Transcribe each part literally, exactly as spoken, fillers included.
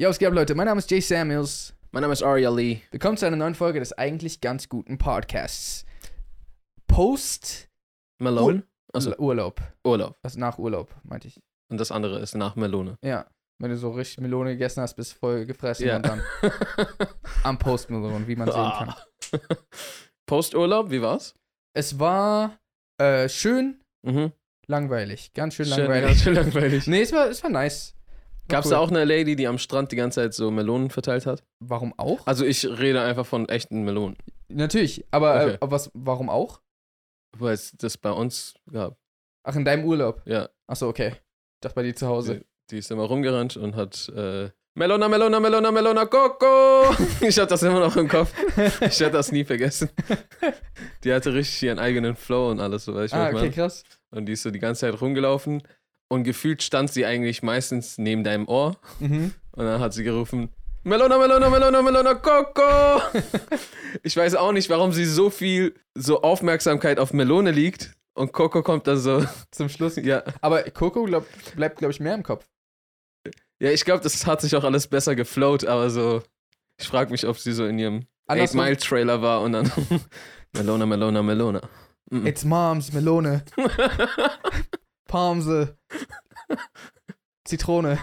Ja, was geht ab, Leute? Mein Name ist Jay Samuels. Mein Name ist Aria Lee. Willkommen zu einer neuen Folge des eigentlich ganz guten Podcasts. Post Melone? Ur- Urlaub. Urlaub. Also nach Urlaub, meinte ich. Und das andere ist nach Melone. Ja, wenn du so richtig Melone gegessen hast, bist du voll gefressen Ja. und dann am Post-Melone, wie man sehen kann. Ah. Posturlaub, wie war's? Es war äh, schön Mhm. langweilig. Ganz schön Schön, langweilig. ganz schön langweilig. Nee, es war, es war nice. War Gab's cool. da auch eine Lady, die am Strand die ganze Zeit so Melonen verteilt hat? Warum auch? Also ich rede einfach von echten Melonen. Natürlich, aber Okay. äh, aber was, warum auch? Weil es das bei uns gab. Ach, in deinem Urlaub? Ja. Achso, okay. Ich dachte bei dir zu Hause. Die, die ist immer rumgerannt und hat äh, Melona, Melona, Melona, Melona, Coco. Ich hab das immer noch im Kopf. Ich werde das nie vergessen. Die hatte richtig ihren eigenen Flow und alles, so weißt du, was Ah, ich okay, meine? krass. Und die ist so die ganze Zeit rumgelaufen. Und gefühlt stand sie eigentlich meistens neben deinem Ohr. Mhm. Und dann hat sie gerufen, Melona, Melona, Melona, Melona, Coco. Ich weiß auch nicht, warum sie so viel so Aufmerksamkeit auf Melone liegt. Und Coco kommt dann so, Zum Schluss. ja. Aber Coco glaub, bleibt, glaube ich, mehr im Kopf. Ja, ich glaube, das hat sich auch alles besser geflowt, aber so, ich frage mich, ob sie so in ihrem Andersrum- eight Mile Trailer war und dann Melona, Melona, Melona. Mhm. It's Moms, Melone, Palmse, Zitrone.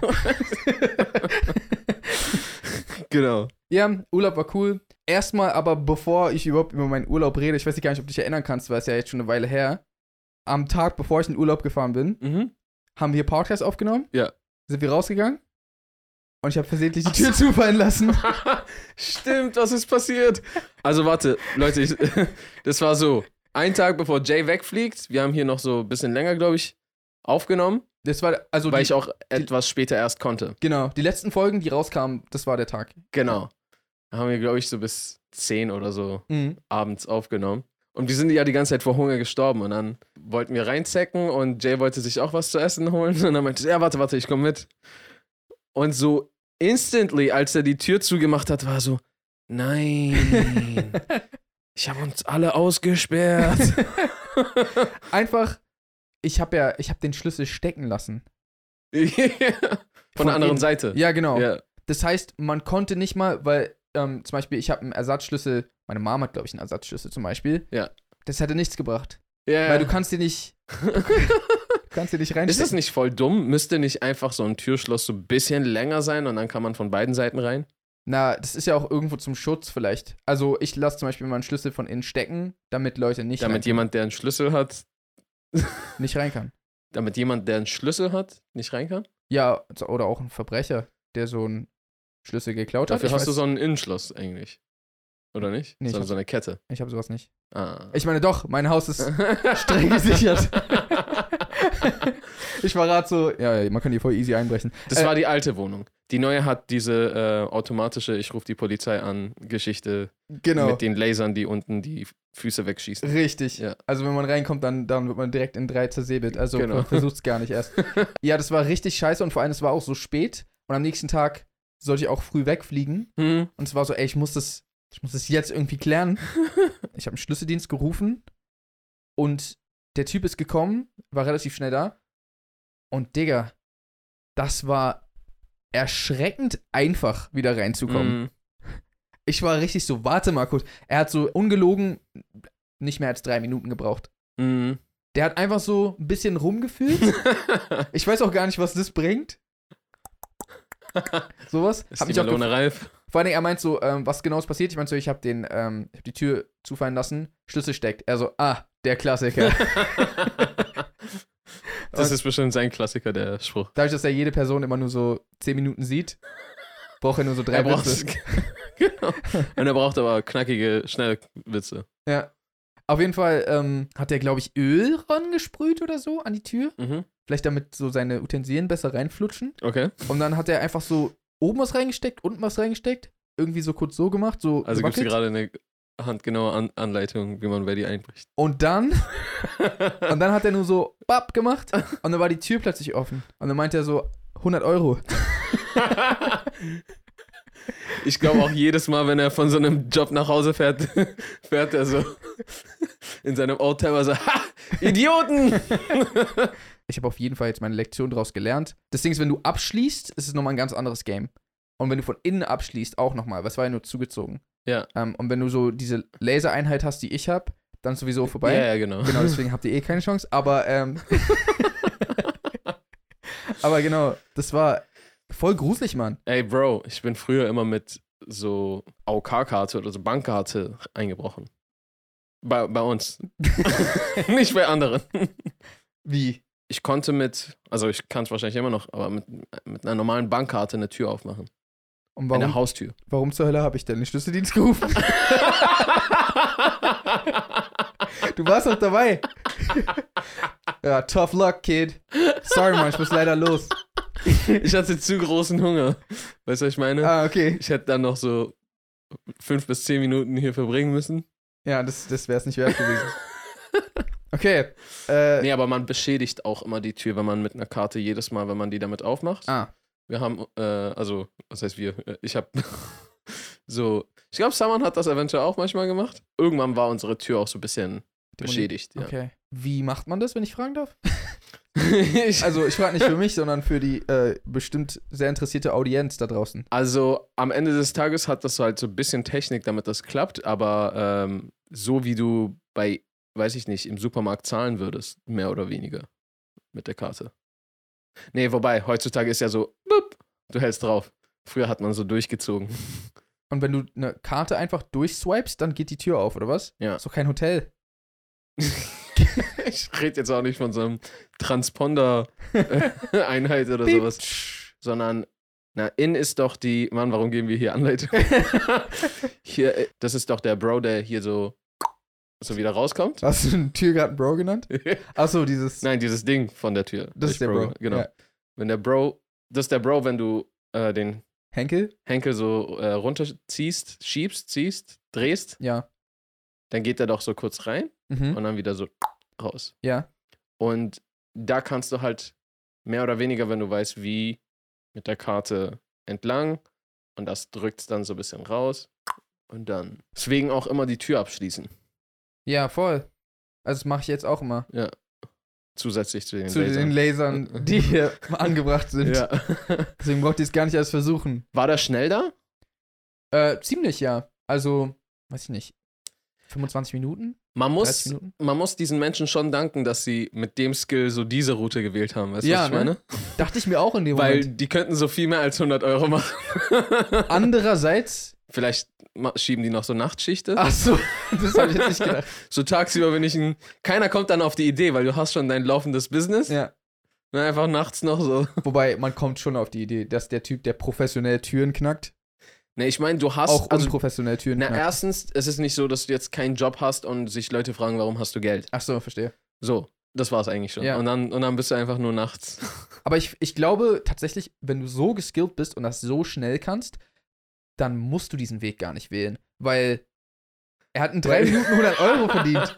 Genau. Ja, Urlaub war cool. Erstmal aber, bevor ich überhaupt über meinen Urlaub rede, ich weiß nicht gar nicht, ob du dich erinnern kannst, weil es ja jetzt schon eine Weile her. Am Tag, bevor ich in den Urlaub gefahren bin, Mhm. haben wir hier Podcast aufgenommen. Ja. Sind wir rausgegangen. Und ich habe versehentlich die Tür zufallen lassen. Stimmt, was ist passiert? Also warte, Leute, ich, das war so, ein Tag bevor Jay wegfliegt, wir haben hier noch so ein bisschen länger, glaube ich, aufgenommen, Das war, also weil die, ich auch etwas später erst konnte. genau, die letzten Folgen, die rauskamen, das war der Tag. Genau. Da haben wir, glaube ich, so bis zehn oder so Mhm. abends aufgenommen. Und wir sind ja die ganze Zeit vor Hunger gestorben und dann wollten wir reinzecken und Jay wollte sich auch was zu essen holen und dann meinte er, ja, warte, warte, ich komme mit. Und so instantly, als er die Tür zugemacht hat, war so, nein, ich habe uns alle ausgesperrt. Einfach, ich habe ja, ich habe den Schlüssel stecken lassen. Von, Von der anderen innen. Seite. Ja, genau. Ja. Das heißt, man konnte nicht mal, weil ähm, zum Beispiel, ich habe einen Ersatzschlüssel, meine Mama hat, glaube ich, einen Ersatzschlüssel zum Beispiel. Ja. Das hätte nichts gebracht. Ja. Weil du kannst dir nicht, du kannst dir nicht Ist reinstecken. das nicht voll dumm? Müsste nicht einfach so ein Türschloss so ein bisschen länger sein und dann kann man von beiden Seiten rein? Na, das ist ja auch irgendwo zum Schutz vielleicht. Also ich lasse zum Beispiel meinen Schlüssel von innen stecken, damit Leute nicht Damit rein, jemand, der einen Schlüssel hat, nicht rein kann. damit jemand, der einen Schlüssel hat, nicht rein kann? Ja, oder auch ein Verbrecher, der so einen Schlüssel geklaut hat. Dafür Ich hast du weiß- so ein Innenschloss eigentlich. Oder nicht? Nee, ich so, hab- so eine Kette. Ich habe sowas nicht. Ah. Ich meine doch, mein Haus ist streng gesichert. Ich war gerade so, ja, man kann hier voll easy einbrechen. Das Äh, war die alte Wohnung. Die neue hat diese äh, automatische Ich rufe die Polizei an Geschichte Genau. mit den Lasern, die unten die Füße wegschießen. Richtig. Ja. Also wenn man reinkommt, dann, dann wird man direkt in drei zersäbelt. Also Genau. man versucht es gar nicht erst. Ja, das war richtig scheiße und vor allem, es war auch so spät. Und am nächsten Tag sollte ich auch früh wegfliegen. Hm. Und es war so, ey, ich muss das, ich muss das jetzt irgendwie klären. Ich habe einen Schlüsseldienst gerufen und der Typ ist gekommen, war relativ schnell da. Und Digga, das war erschreckend einfach, wieder reinzukommen. Hm. Ich war richtig so, warte mal kurz. Er hat so ungelogen nicht mehr als drei Minuten gebraucht. Hm. Der hat einfach so ein bisschen rumgefühlt. Ich weiß auch gar nicht, was das bringt. Sowas. Ist Hab die mich auch Melone gef- reif? Vor allen Dingen, er meint so, ähm, was genau ist passiert. Ich meinte so, ich habe den, ähm, ich hab die Tür zufallen lassen, Schlüssel steckt. Er so, ah, der Klassiker. Das Und ist bestimmt sein Klassiker, der Spruch. dadurch, dass er jede Person immer nur so zehn Minuten sieht, braucht er nur so drei Er braucht, Witze. genau. Und er braucht aber knackige, schnelle Witze. Ja. Auf jeden Fall ähm, hat er, glaube ich, Öl rangesprüht oder so an die Tür. Mhm. Vielleicht damit so seine Utensilien besser reinflutschen. Okay. Und dann hat er einfach so oben was reingesteckt, unten was reingesteckt. Irgendwie so kurz so gemacht, so Also gibt es gewackelt. gerade eine handgenaue An Anleitung, wie man bei dir einbricht. Und dann, und dann hat er nur so bap gemacht und dann war die Tür plötzlich offen. Und dann meinte er so, hundert Euro. Ich glaube auch jedes Mal, wenn er von so einem Job nach Hause fährt, fährt er so in seinem Oldtimer so, ha, Idioten! Ich habe auf jeden Fall jetzt meine Lektion daraus gelernt. Das Ding ist, wenn du abschließt, ist es nochmal ein ganz anderes Game. Und wenn du von innen abschließt, auch nochmal. Was war ja nur zugezogen. Ja. Ähm, und wenn du so diese Lasereinheit hast, die ich habe, dann ist sowieso vorbei. Ja, ja, genau. Genau, deswegen habt ihr eh keine Chance. Aber, ähm, aber genau, das war voll gruselig, Mann. Ey, Bro, ich bin früher immer mit so A O K-Karte oder so Bankkarte eingebrochen. Bei, bei uns. Nicht bei anderen. Wie? Ich konnte mit, also ich kann es wahrscheinlich immer noch, aber mit, mit einer normalen Bankkarte eine Tür aufmachen. Und Eine warum, Haustür. warum zur Hölle habe ich denn den Schlüsseldienst gerufen? Du warst doch dabei. Ja, tough luck, Kid. Sorry, Mann, ich muss leider los. Ich hatte zu großen Hunger. Weißt du, was ich meine? Ah, okay. Ich hätte dann noch so fünf bis zehn Minuten hier verbringen müssen. Ja, das, das wäre es nicht wert gewesen. Okay. Äh, Nee, aber man beschädigt auch immer die Tür, wenn man mit einer Karte jedes Mal, wenn man die damit aufmacht. Ah, Wir haben, äh, also, was heißt wir? Ich habe so, ich glaube, Saman hat das eventuell auch manchmal gemacht. Irgendwann war unsere Tür auch so ein bisschen beschädigt. Ja. okay. Wie macht man das, wenn ich fragen darf? ich, Also, ich frage nicht für mich, sondern für die äh, bestimmt sehr interessierte Audienz da draußen. also, am Ende des Tages hat das halt so ein bisschen Technik, damit das klappt, aber ähm, so wie du bei, weiß ich nicht, im Supermarkt zahlen würdest, mehr oder weniger mit der Karte. Nee, wobei, heutzutage ist ja so, bup, du hältst drauf. Früher hat man so durchgezogen. Und wenn du eine Karte einfach durchswipest, dann geht die Tür auf, oder was? Ja. Ist doch kein Hotel. Ich rede jetzt auch nicht von so einem Transponder-Einheit oder Piep. sowas, sondern, na, in ist doch die, Mann, warum geben wir hier Anleitung? Hier, äh, das ist doch der Bro, der hier so, so wieder rauskommt. Hast du den Türgarten Bro genannt? Achso, dieses. Nein, dieses Ding von der Tür. Das ist der Bro. Genau. Ja. Wenn der Bro, das ist der Bro, wenn du äh, den Henkel? Henkel so äh, runterziehst, schiebst, ziehst, drehst, Ja. dann geht er doch so kurz rein Mhm. und dann wieder so raus. Ja. Und da kannst du halt mehr oder weniger, wenn du weißt, wie, mit der Karte entlang und das drückt dann so ein bisschen raus und dann. Deswegen auch immer die Tür abschließen. Ja, voll. Also, das mache ich jetzt auch immer. Ja. Zusätzlich zu den Zu Lasern. den Lasern, die hier angebracht sind. Ja. Deswegen braucht ihr es gar nicht erst versuchen. War der schnell da? Äh, ziemlich, ja. Also, weiß ich nicht. fünfundzwanzig Minuten? Man muss, dreißig Minuten? man muss diesen Menschen schon danken, dass sie mit dem Skill so diese Route gewählt haben. Weißt du, Ja, was ich ne? meine? Dachte ich mir auch in dem Weil Moment. die könnten so viel mehr als hundert Euro machen. Andererseits. Vielleicht ma- schieben die noch so Nachtschichte. Achso, das habe ich jetzt nicht gedacht. So tagsüber, wenn ich ein. Keiner kommt dann auf die Idee, weil du hast schon dein laufendes Business. Ja. Und einfach nachts noch so. Wobei, man kommt schon auf die Idee, dass der Typ, der professionell Türen knackt, Ne, ich meine, du hast. auch also, unprofessionell Türen na, knackt. erstens, es ist nicht so, dass du jetzt keinen Job hast und sich Leute fragen, warum hast du Geld. Achso, verstehe. So, das war's eigentlich schon. Ja. Und, dann, und dann bist du einfach nur nachts. Aber ich, ich glaube tatsächlich, wenn du so geskillt bist und das so schnell kannst, dann musst du diesen Weg gar nicht wählen. Weil er hat in drei Minuten hundert Euro verdient.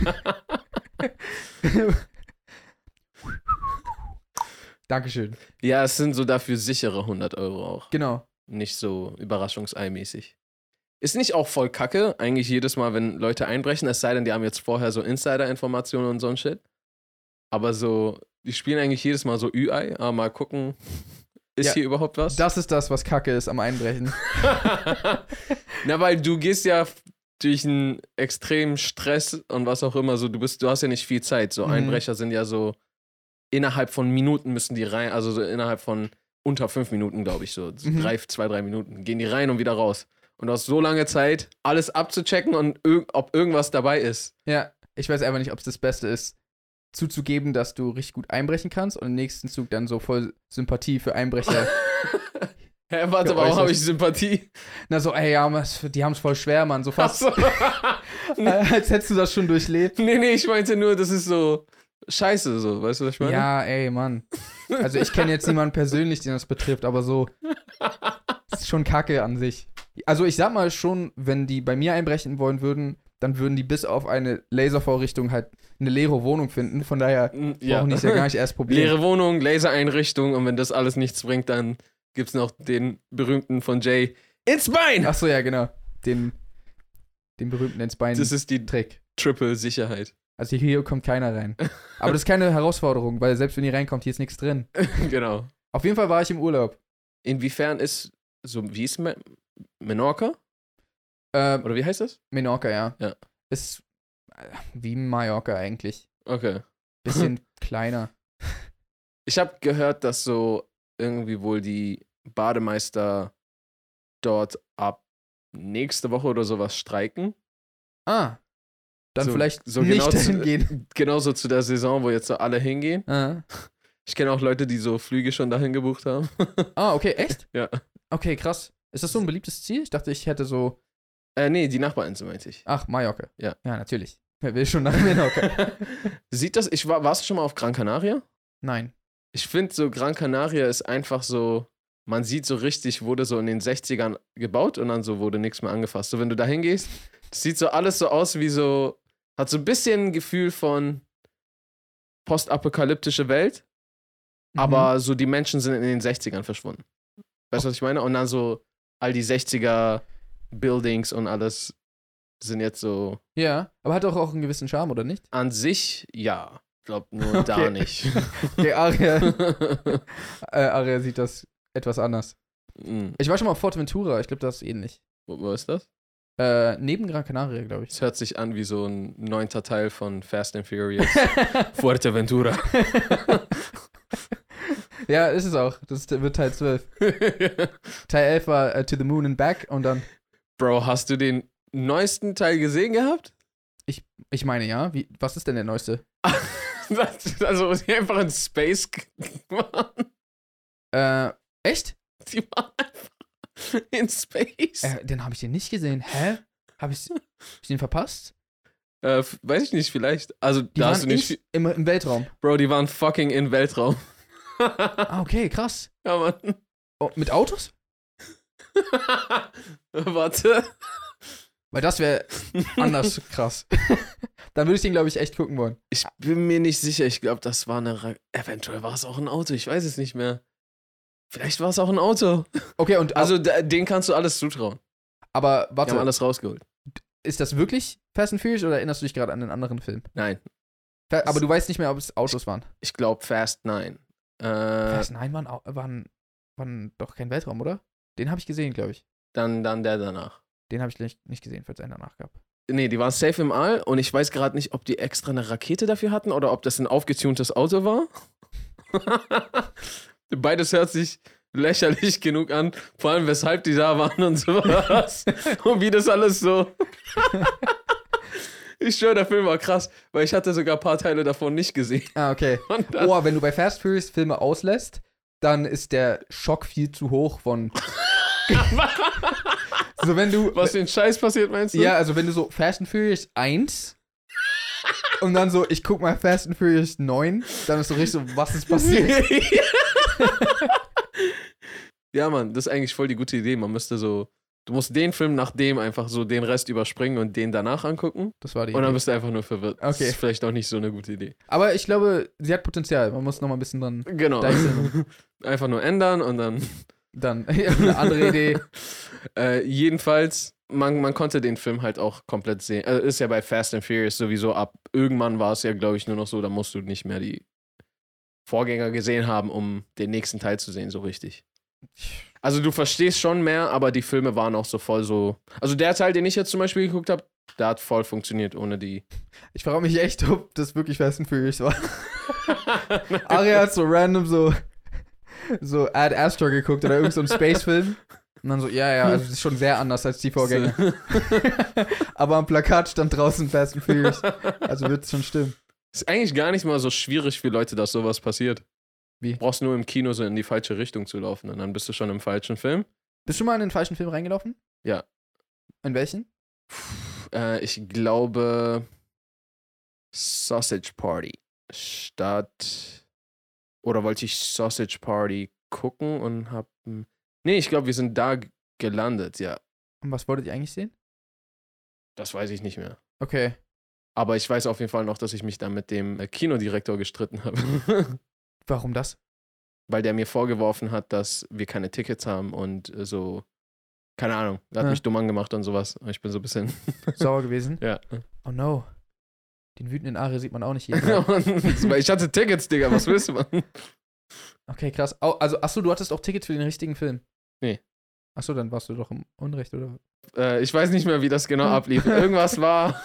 Dankeschön. Ja, es sind so dafür sichere hundert Euro auch. Genau. Nicht so Überraschungsei-mäßig. Ist nicht auch voll kacke, eigentlich jedes Mal, wenn Leute einbrechen, es sei denn, die haben jetzt vorher so Insider-Informationen und so ein Shit. Aber so, die spielen eigentlich jedes Mal so Ü-Ei, aber mal gucken, ist Ja, hier überhaupt was? Das ist das, was Kacke ist am Einbrechen. Na, weil du gehst ja durch einen extremen Stress und was auch immer, so, du bist, du hast ja nicht viel Zeit. So, Mhm. Einbrecher sind ja so, innerhalb von Minuten müssen die rein, also so innerhalb von unter fünf Minuten, glaube ich, so, so Mhm. drei, zwei, drei Minuten, gehen die rein und wieder raus. Und du hast so lange Zeit, alles abzuchecken und irg- ob irgendwas dabei ist. Ja, ich weiß einfach nicht, ob es das Beste ist, zuzugeben, dass du richtig gut einbrechen kannst und im nächsten Zug dann so voll Sympathie für Einbrecher. Hä, warte, warum Geäußert. habe ich Sympathie? Na so, ey, ja, was- die haben es voll schwer, Mann. So fast, Achso. äh, als hättest du das schon durchlebt. Nee, nee, ich meinte nur, das ist so scheiße, so, weißt du, was ich meine? Ja, ey, Mann. Also ich kenne jetzt niemanden persönlich, den das betrifft, aber so, das ist schon Kacke an sich. Also ich sag mal schon, wenn die bei mir einbrechen wollen würden, dann würden die bis auf eine Laservorrichtung halt eine leere Wohnung finden. Von daher Mm, ja. brauchen die es ja gar nicht erst probieren. Leere Wohnung, Lasereinrichtung und wenn das alles nichts bringt, dann gibt's noch den berühmten von Jay ins Bein! Achso, ja, genau. Den, den berühmten ins Bein Das ist die Trick. Triple-Sicherheit. Also hier kommt keiner rein. Aber das ist keine Herausforderung, weil selbst wenn ihr reinkommt, hier ist nichts drin. Genau. Auf jeden Fall war ich im Urlaub. Inwiefern ist so, wie ist Me Menorca? Äh, Oder wie heißt das? Menorca, ja. Ja. Ist äh, wie Mallorca eigentlich. Okay. Bisschen kleiner. Ich habe gehört, dass so irgendwie wohl die Bademeister dort ab nächste Woche oder sowas streiken. Ah. Dann so, vielleicht so nicht genau dahin zu, gehen. Genauso zu der Saison, wo jetzt so alle hingehen. Ah. Ich kenne auch Leute, die so Flüge schon dahin gebucht haben. ah, okay, echt? Ja. Okay, krass. Ist das so ein beliebtes Ziel? Ich dachte, ich hätte so. Äh, nee, die Nachbarinsel meinte ich. Ach, Mallorca. Ja. Ja, natürlich. Wer will schon nach Menorca? Sieht das, ich war, warst du schon mal auf Gran Canaria? Nein. Ich finde so, Gran Canaria ist einfach so, man sieht so richtig, wurde so in den sechzigern gebaut und dann so wurde nichts mehr angefasst. So, wenn du da hingehst, das sieht so alles so aus wie so, hat so ein bisschen ein Gefühl von postapokalyptische Welt, Mhm. aber so die Menschen sind in den sechzigern verschwunden. Weißt du, was ich meine? Und dann so all die sechziger Buildings und alles sind jetzt so Ja, aber hat doch auch einen gewissen Charme, oder nicht? an sich, ja. Ich glaube nur da Okay. nicht. Okay, Aria, äh, Aria sieht das etwas anders. Mm. Ich war schon mal auf Forteventura, ich glaube, das ist ähnlich. Wo, wo ist das? Äh, neben Gran Canaria, glaube ich. Es hört sich an wie so ein neunter Teil von Fast and Furious. Fuerteventura. Ja, ist es auch. Das ist- wird Teil zwölf. Teil elf war äh, To the Moon and Back und dann, Bro, hast du den neuesten Teil gesehen gehabt? ich meine ja, wie, was ist denn der neueste? Also, die einfach in Space waren. Äh, echt? Die waren einfach in Space. Äh, den habe ich den nicht gesehen. Hä? Habe ich, hab ich den verpasst? Äh, f- weiß ich nicht, vielleicht. Also, Die da hast du waren nicht. in, im, im Weltraum. Bro, die waren fucking in Weltraum. Ah, okay, krass. Ja, Mann. Oh, mit Autos? Warte. Weil das wäre anders krass. Dann würde ich den, glaube ich, echt gucken wollen. Ich bin mir nicht sicher. Ich glaube, das war eine. Ra Eventuell war es auch ein Auto. Ich weiß es nicht mehr. Vielleicht war es auch ein Auto. Okay, und Also, da- denen kannst du alles zutrauen. aber Die warte, haben alles rausgeholt. ist das wirklich Fast and Furious oder erinnerst du dich gerade an einen anderen Film? Nein. Fa- Aber du weißt nicht mehr, ob es Autos waren. Ich glaube Fast Nine. Äh, Fast Nine waren, au- waren, waren doch kein Weltraum, oder? Den habe ich gesehen, glaube ich. dann, dann der danach. Den habe ich nicht, nicht gesehen, falls es einen danach gab. Nee, die waren safe im All und ich weiß gerade nicht, ob die extra eine Rakete dafür hatten oder ob das ein aufgetuntes Auto war. Beides hört sich lächerlich genug an, vor allem weshalb die da waren und sowas. Und wie das alles so. Ich schwöre, der Film war krass, weil ich hatte sogar ein paar Teile davon nicht gesehen. Ah, okay. Und dann, Oh, wenn du bei Fast Furious Filme auslässt, dann ist der Schock viel zu hoch von. So, wenn du. was für ein Scheiß passiert, meinst du? Ja, also wenn du so Fast and Furious eins und dann so, ich guck mal Fast and Furious neun, dann ist so richtig so, was ist passiert? Ja, Mann, das ist eigentlich voll die gute Idee. Man müsste so, du musst den Film nach dem einfach so den Rest überspringen und den danach angucken. Das war die Und dann Idee. bist du einfach nur verwirrt. Das Okay. ist vielleicht auch nicht so eine gute Idee. Aber ich glaube, sie hat Potenzial. Man muss noch mal ein bisschen dran. Genau. Deichseln. Einfach nur ändern und dann. Dann eine andere Idee. Äh, jedenfalls, man, man konnte den Film halt auch komplett sehen. Also ist ja bei Fast and Furious sowieso ab. Irgendwann war es ja, glaube ich, nur noch so, da musst du nicht mehr die Vorgänger gesehen haben, um den nächsten Teil zu sehen, so richtig. Also du verstehst schon mehr, aber die Filme waren auch so voll so. Also der Teil, den ich jetzt zum Beispiel geguckt habe, der hat voll funktioniert ohne die. Ich frage mich echt, ob das wirklich Fast and Furious war. Aria hat so random so, so Ad Astra geguckt oder irgend so einen Space-Film. Und dann so, ja, ja, also das ist schon sehr anders als die Vorgänger. Aber am Plakat stand draußen Fast and Furious. Also wird es schon stimmen. Ist eigentlich gar nicht mal so schwierig für Leute, dass sowas passiert. Wie? Du brauchst nur im Kino so in die falsche Richtung zu laufen und dann bist du schon im falschen Film. Bist du schon mal in den falschen Film reingelaufen? Ja. In welchen? Äh, ich glaube Sausage Party statt oder wollte ich Sausage Party gucken und hab nee, ich glaube, wir sind da g- gelandet, ja. Und was wolltet ihr eigentlich sehen? Das weiß ich nicht mehr. Okay. Aber ich weiß auf jeden Fall noch, dass ich mich da mit dem äh, Kinodirektor gestritten habe. Warum das? Weil der mir vorgeworfen hat, dass wir keine Tickets haben und äh, so, keine Ahnung, er hat Ja. mich dumm angemacht und sowas. Und ich bin so ein bisschen, Sauer gewesen? ja. Oh no. Den wütenden Aria sieht man auch nicht jeden Tag. Und- Weil ich hatte Tickets, Digga, was willst du machen? Okay, krass. Au, also, achso, du hattest auch Tickets für den richtigen Film. Nee. Achso, dann warst du doch im Unrecht, oder? Äh, ich weiß nicht mehr, wie das genau ablief. Irgendwas war.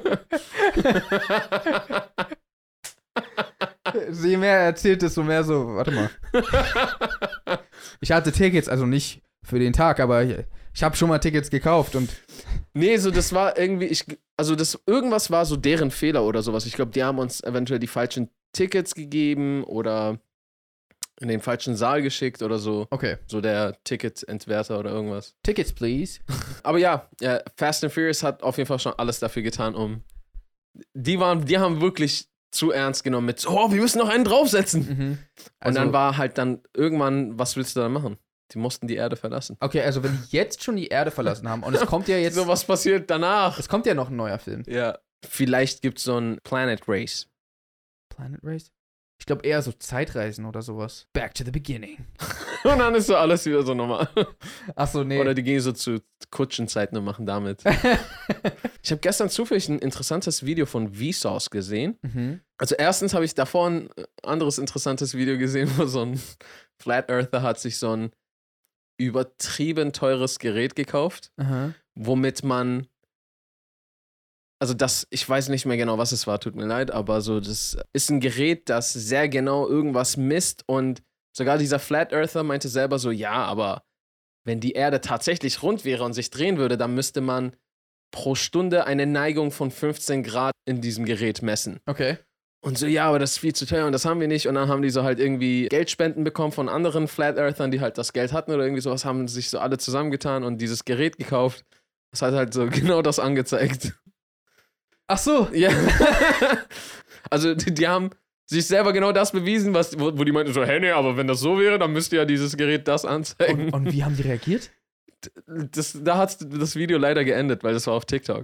Je mehr er erzählt, desto mehr so, warte mal. Ich hatte Tickets, also nicht für den Tag, aber ich, ich habe schon mal Tickets gekauft und. Nee, so das war irgendwie, ich, also das, irgendwas war so deren Fehler oder sowas. Ich glaube, die haben uns eventuell die falschen Tickets gegeben oder in den falschen Saal geschickt oder so. Okay. So der Ticketentwerter oder irgendwas. Tickets, please. Aber ja, ja, Fast and Furious hat auf jeden Fall schon alles dafür getan, um. Die waren, die haben wirklich zu ernst genommen mit, oh, wir müssen noch einen draufsetzen. Mhm. Also, und dann war halt dann irgendwann, was willst du da machen? Die mussten die Erde verlassen. Okay, also wenn die jetzt schon die Erde verlassen haben und es kommt ja jetzt. So, was passiert danach? Es kommt ja noch ein neuer Film. Ja. Vielleicht gibt es so ein Planet Race. Planet Race? Ich glaube eher so Zeitreisen oder sowas. Back to the beginning. Und dann ist so alles wieder so normal. Achso, nee. Oder die gehen so zu Kutschenzeiten und machen damit. Ich habe gestern zufällig ein interessantes Video von Vsauce gesehen. Mhm. Also erstens habe ich davor ein anderes interessantes Video gesehen, wo so ein Flat Earther hat sich so ein übertrieben teures Gerät gekauft, Aha. womit man, also das, ich weiß nicht mehr genau, was es war, tut mir leid, aber so, das ist ein Gerät, das sehr genau irgendwas misst und sogar dieser Flat Earther meinte selber so, ja, aber wenn die Erde tatsächlich rund wäre und sich drehen würde, dann müsste man pro Stunde eine Neigung von fünfzehn Grad in diesem Gerät messen. Okay. Und so, ja, aber das ist viel zu teuer und das haben wir nicht. Und dann haben die so halt irgendwie Geldspenden bekommen von anderen Flat Earthern, die halt das Geld hatten oder irgendwie sowas, haben sich so alle zusammengetan und dieses Gerät gekauft. Das hat halt so genau das angezeigt. Ach so. Ja. Also die, die haben sich selber genau das bewiesen, was, wo, wo die meinten so, hey, nee, aber wenn das so wäre, dann müsste ja dieses Gerät das anzeigen. Und, und wie haben die reagiert? Das, da hat das Video leider geendet, weil das war auf TikTok.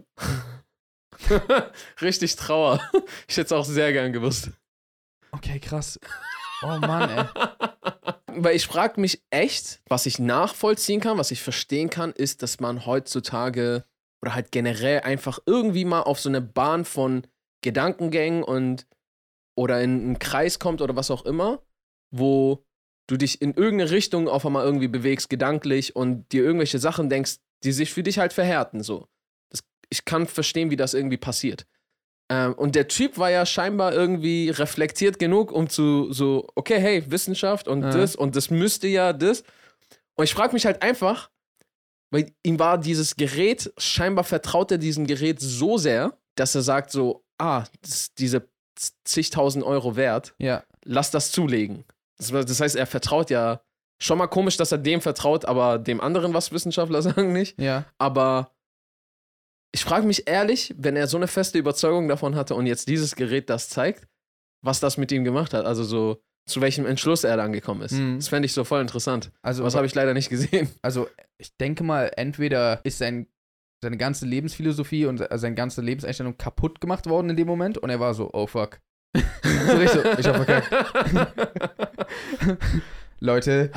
Richtig Trauer. Ich hätte es auch sehr gern gewusst. Okay, krass. Oh Mann, ey. Weil ich frage mich echt, was ich nachvollziehen kann, was ich verstehen kann, ist, dass man heutzutage oder halt generell einfach irgendwie mal auf so eine Bahn von Gedankengängen und oder in einen Kreis kommt oder was auch immer, wo du dich in irgendeine Richtung auf einmal irgendwie bewegst, gedanklich und dir irgendwelche Sachen denkst, die sich für dich halt verhärten, so. Das, ich kann verstehen, wie das irgendwie passiert. Ähm, und der Typ war ja scheinbar irgendwie reflektiert genug, um zu so, okay, hey, Wissenschaft und ja. das und das müsste ja das. Und ich frage mich halt einfach, weil ihm war dieses Gerät, scheinbar vertraut er diesem Gerät so sehr, dass er sagt so, ah, das ist diese zigtausend Euro wert, Ja. lass das zulegen. Das, das heißt, er vertraut ja, schon mal komisch, dass er dem vertraut, aber dem anderen, was Wissenschaftler sagen, nicht. Ja. Aber ich frage mich ehrlich, wenn er so eine feste Überzeugung davon hatte und jetzt dieses Gerät das zeigt, was das mit ihm gemacht hat. Also so, zu welchem Entschluss er dann gekommen ist. Mhm. Das fände ich so voll interessant. Also, Was habe ich leider nicht gesehen. Also, ich denke mal, entweder ist sein, seine ganze Lebensphilosophie und seine ganze Lebenseinstellung kaputt gemacht worden in dem Moment und er war so, oh fuck. So richtig so, ich hab verkackt. Leute.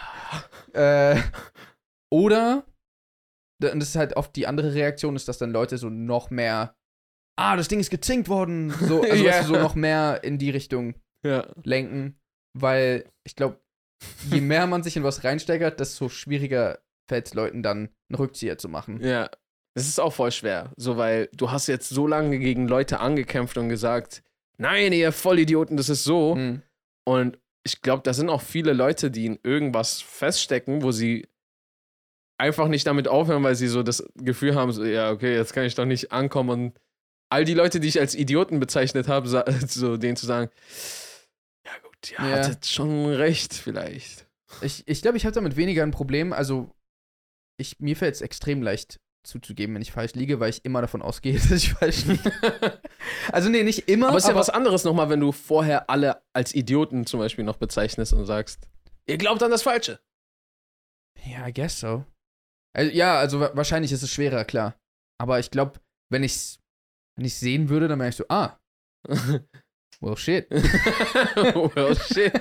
äh, oder, und das ist halt oft die andere Reaktion, ist, dass dann Leute so noch mehr, ah, das Ding ist gezinkt worden. So, also Ja. weißt du, so noch mehr in die Richtung Ja. lenken, weil ich glaube, je mehr man sich in was reinsteigert, desto schwieriger fällt es Leuten dann, einen Rückzieher zu machen. Ja. Das ist auch voll schwer. So, weil du hast jetzt so lange gegen Leute angekämpft und gesagt, nein, ihr Vollidioten, das ist so. Mhm. Und ich glaube, da sind auch viele Leute, die in irgendwas feststecken, wo sie einfach nicht damit aufhören, weil sie so das Gefühl haben, so, ja, okay, jetzt kann ich doch nicht ankommen und all die Leute, die ich als Idioten bezeichnet habe, sa- so denen zu sagen, ja gut, ihr Ja. hattet schon recht vielleicht. Ich ich, glaube, ich habe damit weniger ein Problem. Also, ich, mir fällt es extrem leicht zuzugeben, wenn ich falsch liege, weil ich immer davon ausgehe, dass ich falsch liege. Also, nee, nicht immer. Aber es ist ja was anderes nochmal, wenn du vorher alle als Idioten zum Beispiel noch bezeichnest und sagst, ihr glaubt an das Falsche. Ja, I guess so. Also, ja, also wa- wahrscheinlich ist es schwerer, klar. Aber ich glaube, wenn ich wenn ich sehen würde, dann wäre ich so, ah, well shit. Well, shit.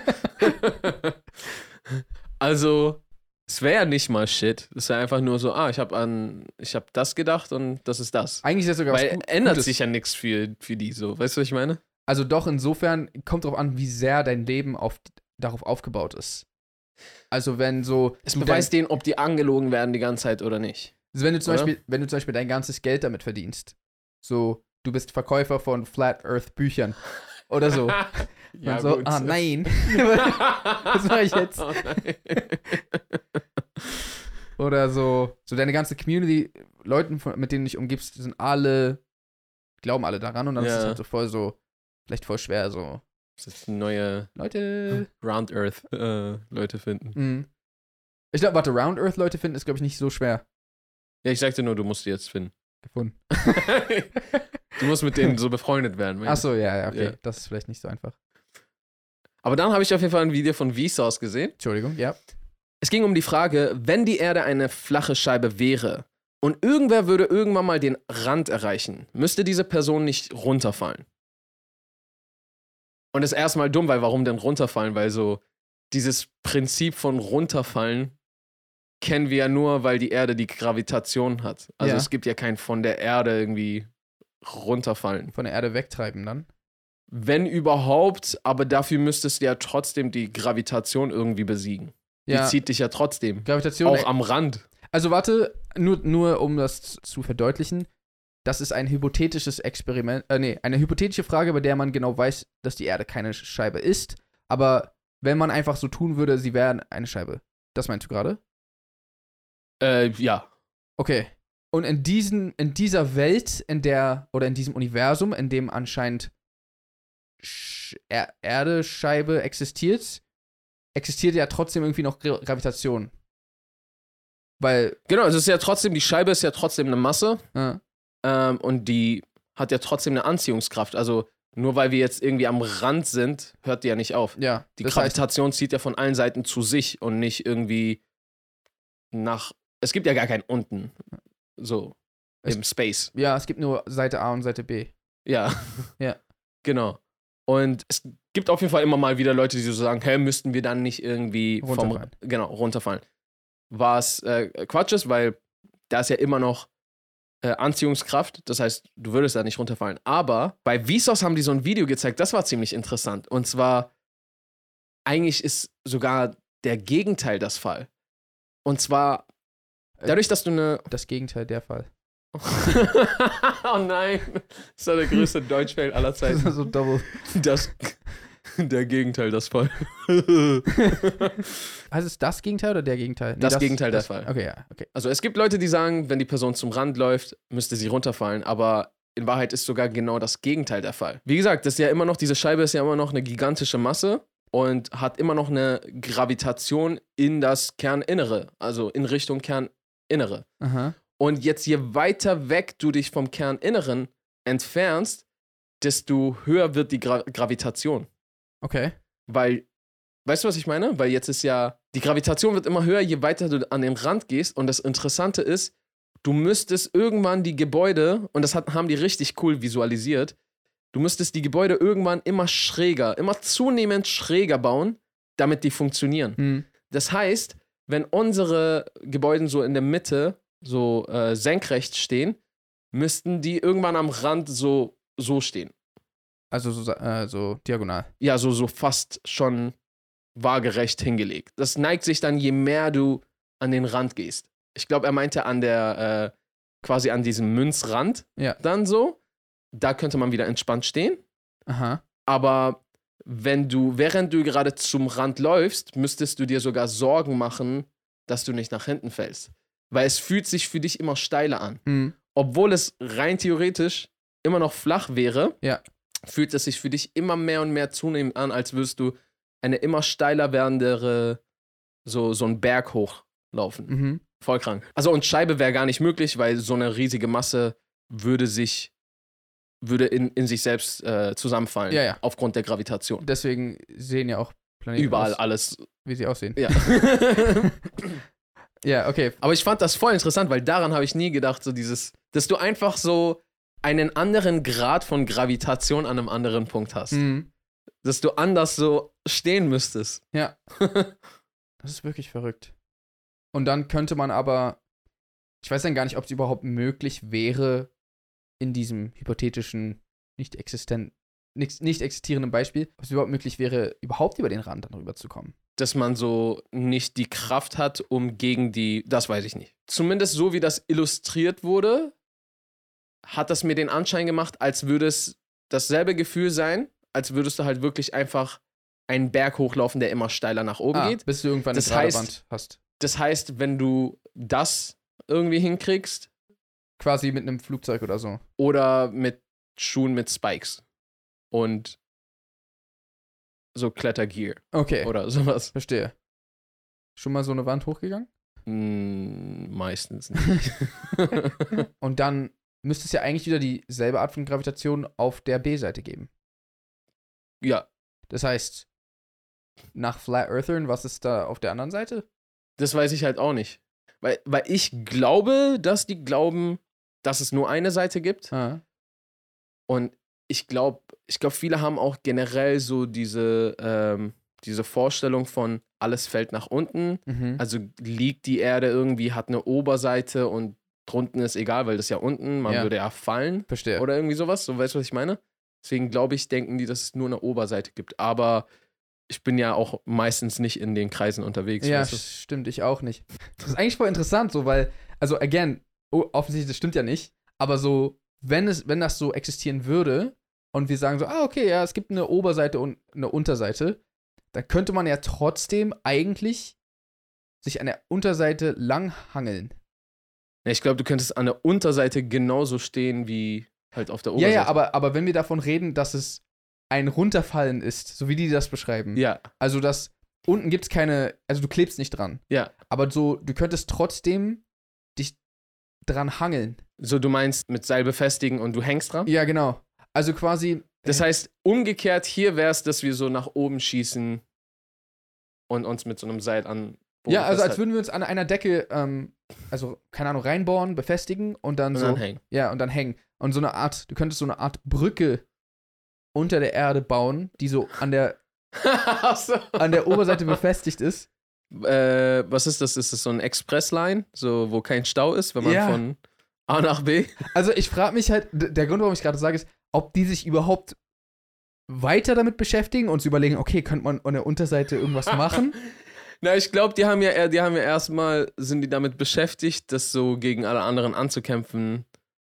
Also, es wäre ja nicht mal shit. Es wäre einfach nur so, ah, ich habe an, ich habe das gedacht und das ist das. Eigentlich ist das sogar was Weil Gut- ändert Gutes. sich ja nichts für, für die so. Weißt du, was ich meine? Also doch, insofern kommt drauf an, wie sehr dein Leben auf, darauf aufgebaut ist. Also wenn so... Es du beweist denen, ob die angelogen werden die ganze Zeit oder nicht. Also wenn du zum Oder? Beispiel, wenn du zum Beispiel dein ganzes Geld damit verdienst, so, du bist Verkäufer von Flat Earth Büchern oder so. Ja, Und so, gut. ah nein. Was mache ich jetzt? Oh nein. Oder so, so deine ganze Community, Leuten, von, mit denen du dich umgibst, sind alle, glauben alle daran und dann ist es Ja. halt so voll so, vielleicht voll schwer, so, Das ist neue Leute. Round Earth äh, Leute finden. Mhm. Ich glaube, warte, Round Earth Leute finden ist, glaube ich, nicht so schwer Ja, ich sagte nur, du musst die jetzt finden. gefunden. Du musst mit denen so befreundet werden. meine ich. Achso, ja, ja, okay. Ja. Das ist vielleicht nicht so einfach. Aber dann habe ich auf jeden Fall ein Video von Vsauce gesehen. Entschuldigung, ja. Es ging um die Frage, wenn die Erde eine flache Scheibe wäre und irgendwer würde irgendwann mal den Rand erreichen, müsste diese Person nicht runterfallen. Und das ist erstmal dumm, weil warum denn runterfallen? Weil so dieses Prinzip von runterfallen kennen wir ja nur, weil die Erde die Gravitation hat. Also Ja. es gibt ja kein von der Erde irgendwie runterfallen. Von der Erde wegtreiben dann. Wenn überhaupt, aber dafür müsstest du ja trotzdem die Gravitation irgendwie besiegen. Ja, Die zieht dich ja trotzdem. Gravitation. Auch am Rand. Also warte, nur, nur um das zu- zu verdeutlichen, das ist ein hypothetisches Experiment, äh, nee, eine hypothetische Frage, bei der man genau weiß, dass die Erde keine Scheibe ist, aber wenn man einfach so tun würde, sie wären eine Scheibe. Das meinst du gerade? Äh, ja. Okay. Und in diesen, in dieser Welt, in der, oder in diesem Universum, in dem anscheinend Sch er Erde, Scheibe existiert, existiert ja trotzdem irgendwie noch Gra Gravitation. Weil, Genau, es ist ja trotzdem, die Scheibe ist ja trotzdem eine Masse äh, ähm, und die hat ja trotzdem eine Anziehungskraft. Also nur weil wir jetzt irgendwie am Rand sind, hört die ja nicht auf. ja, Die das heißt, Gravitation zieht ja von allen Seiten zu sich und nicht irgendwie nach. Es gibt ja gar kein unten. So. Es- Im Space. ja, es gibt nur Seite A und Seite B. Ja. Ja. Genau. Und es gibt auf jeden Fall immer mal wieder Leute, die so sagen, hä, müssten wir dann nicht irgendwie Runterfallen. vom genau, runterfallen. Was äh, Quatsch ist, weil da ist ja immer noch äh, Anziehungskraft, das heißt, du würdest da nicht runterfallen. Aber bei Vsauce haben die so ein Video gezeigt, das war ziemlich interessant. Und zwar, eigentlich ist sogar der Gegenteil das Fall. Und zwar, dadurch, dass du eine Das Gegenteil der Fall. oh nein, das war der größte Deutschfail aller Das ist Zeiten. so double. Das, der Gegenteil, das Fall. Heißt es das Gegenteil oder der Gegenteil? Nee, Das Gegenteil der Fall. Okay, ja, okay. Also es gibt Leute, die sagen, wenn die Person zum Rand läuft, müsste sie runterfallen, aber in Wahrheit ist sogar genau das Gegenteil der Fall. Wie gesagt, das ist ja immer noch, diese Scheibe ist ja immer noch eine gigantische Masse und hat immer noch eine Gravitation in das Kerninnere, also in Richtung Kerninnere. Aha. Und jetzt, je weiter weg du dich vom Kerninneren entfernst, desto höher wird die Gra Gravitation. Okay. Weil, weißt du, was ich meine? Weil jetzt ist ja, die Gravitation wird immer höher, je weiter du an den Rand gehst. Und das Interessante ist, du müsstest irgendwann die Gebäude, und das hat, haben die richtig cool visualisiert, du müsstest die Gebäude irgendwann immer schräger, immer zunehmend schräger bauen, damit die funktionieren. Hm. Das heißt, wenn unsere Gebäude so in der Mitte so äh, senkrecht stehen, müssten die irgendwann am Rand so, so stehen. Also so, äh, so diagonal. Ja, so, so fast schon waagerecht hingelegt. Das neigt sich dann, je mehr du an den Rand gehst. Ich glaube, er meinte an der, äh, quasi an diesem Münzrand Ja. dann so. Da könnte man wieder entspannt stehen. Aha. Aber wenn du, während du gerade zum Rand läufst, müsstest du dir sogar Sorgen machen, dass du nicht nach hinten fällst. Weil es fühlt sich für dich immer steiler an. Hm. Obwohl es rein theoretisch immer noch flach wäre, Ja. fühlt es sich für dich immer mehr und mehr zunehmend an, als würdest du eine immer steiler werdendere, so, so einen Berg hochlaufen. Mhm. Voll krank. Also und Scheibe wäre gar nicht möglich, weil so eine riesige Masse würde sich, würde in, in sich selbst äh, zusammenfallen. Ja, ja. Aufgrund der Gravitation. Deswegen sehen ja auch Planeten Überall aus, alles. wie sie aussehen. Ja. Ja, okay. Aber ich fand das voll interessant, weil daran habe ich nie gedacht, so dieses, dass du einfach so einen anderen Grad von Gravitation an einem anderen Punkt hast. Mhm. Dass du anders so stehen müsstest. Ja. Das ist wirklich verrückt. Und dann könnte man aber, ich weiß dann gar nicht, ob es überhaupt möglich wäre, in diesem hypothetischen, nicht existenten nicht, nicht existierenden Beispiel, ob es überhaupt möglich wäre, überhaupt über den Rand dann rüber zu kommen. Dass man so nicht die Kraft hat, um gegen die, das weiß ich nicht. Zumindest so, wie das illustriert wurde, hat das mir den Anschein gemacht, als würde es dasselbe Gefühl sein, als würdest du halt wirklich einfach einen Berg hochlaufen, der immer steiler nach oben ah, geht. Bis du irgendwann Das eine gerade heißt- Wand hast. Das heißt, wenn du das irgendwie hinkriegst Quasi mit einem Flugzeug oder so. oder mit Schuhen mit Spikes und so Klettergear Okay, oder sowas. verstehe. Schon mal so eine Wand hochgegangen? Hm, meistens nicht. Und dann müsste es ja eigentlich wieder dieselbe Art von Gravitation auf der B-Seite geben. Ja, Das heißt, nach Flat Earthern, was ist da auf der anderen Seite? das weiß ich halt auch nicht. Weil, weil ich glaube, dass die glauben, dass es nur eine Seite gibt. Ah. Und ich glaube, ich glaube, viele haben auch generell so diese, ähm, diese Vorstellung von, alles fällt nach unten. Mhm. Also liegt die Erde irgendwie, hat eine Oberseite und drunten ist egal, weil das ja unten, man Ja. würde ja fallen Verstehe. oder irgendwie sowas. So, weißt du, was ich meine? Deswegen glaube ich, denken die, dass es nur eine Oberseite gibt. Aber ich bin ja auch meistens nicht in den Kreisen unterwegs. Ja, weißt du? stimmt, ich auch nicht. Das ist eigentlich voll interessant, so, weil, also, again, oh, offensichtlich, das stimmt ja nicht, aber so, wenn es, wenn das so existieren würde und wir sagen so, ah, okay, ja, es gibt eine Oberseite und eine Unterseite, dann könnte man ja trotzdem eigentlich sich an der Unterseite langhangeln. Ja, ich glaube, du könntest an der Unterseite genauso stehen wie halt auf der Ja, Oberseite. ja, aber, aber wenn wir davon reden, dass es ein Runterfallen ist, so wie die das beschreiben, Ja, also dass unten gibt es keine, also du klebst nicht dran, ja. aber so, du könntest trotzdem dich dran hangeln. So, du meinst mit Seil befestigen und du hängst dran? Ja, genau. Also quasi. Das heißt, umgekehrt hier wäre es, dass wir so nach oben schießen und uns mit so einem Seil an Boden Ja, also als festhalten. würden wir uns an einer Decke, ähm, also, keine Ahnung, reinbohren, befestigen und dann und so. dann hängen. Ja, und dann hängen. Und so eine Art, du könntest so eine Art Brücke unter der Erde bauen, die so an der, Ach so. an der Oberseite befestigt ist. Äh, was ist das? Ist das so ein Expressline, so wo kein Stau ist, wenn man Ja. von A nach B? Also ich frage mich halt, d- der Grund, warum ich gerade sage, ist, ob die sich überhaupt weiter damit beschäftigen und zu überlegen, okay, könnte man an der Unterseite irgendwas machen? Na, ich glaube, die haben ja, eher- die haben ja erstmal, sind die damit beschäftigt, das so gegen alle anderen anzukämpfen.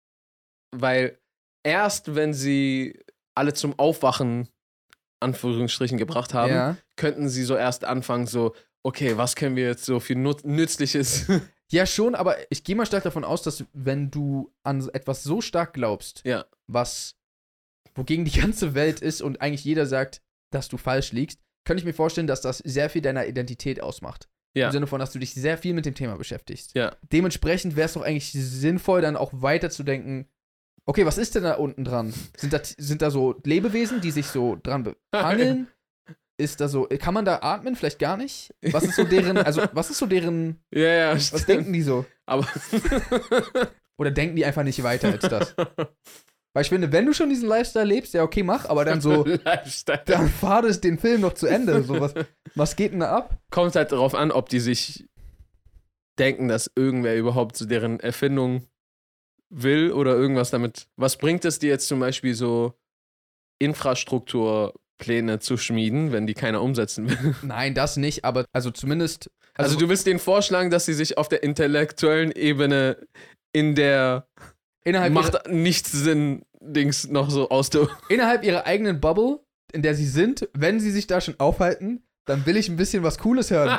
Weil erst wenn sie alle zum Aufwachen, Anführungsstrichen, gebracht haben, Ja. könnten sie so erst anfangen, so, okay, was können wir jetzt so viel Nut- Nützliches? Ja, schon, aber ich gehe mal stark davon aus, dass wenn du an so etwas so stark glaubst, Ja. was wogegen die ganze Welt ist und eigentlich jeder sagt, dass du falsch liegst, könnte ich mir vorstellen, dass das sehr viel deiner Identität ausmacht. Ja. Im Sinne von, dass du dich sehr viel mit dem Thema beschäftigst. Ja. Dementsprechend wäre es doch eigentlich sinnvoll, dann auch weiterzudenken, okay, was ist denn da unten dran? Sind da, sind da so Lebewesen, die sich so dran behangeln? Ist da so, kann man da atmen? Vielleicht gar nicht? Was ist so deren, also was ist so deren, Ja, ja, was stimmt. denken die so? Aber. Oder denken die einfach nicht weiter als das? Weil ich finde, wenn du schon diesen Lifestyle lebst, ja okay, mach, aber dann so, Lifestyle. dann fahr das den Film noch zu Ende. So, was, was geht denn da ab? Kommt halt darauf an, ob die sich denken, dass irgendwer überhaupt so deren Erfindung will oder irgendwas damit. Was bringt es dir jetzt zum Beispiel so Infrastrukturpläne zu schmieden, wenn die keiner umsetzen will? Nein, das nicht, aber also zumindest. Also, Also, du willst denen vorschlagen, dass sie sich auf der intellektuellen Ebene in der innerhalb, ihrer, macht nichts Sinn Dings noch so ausdrücken. innerhalb ihrer eigenen Bubble, in der sie sind, wenn sie sich da schon aufhalten, dann will ich ein bisschen was Cooles hören,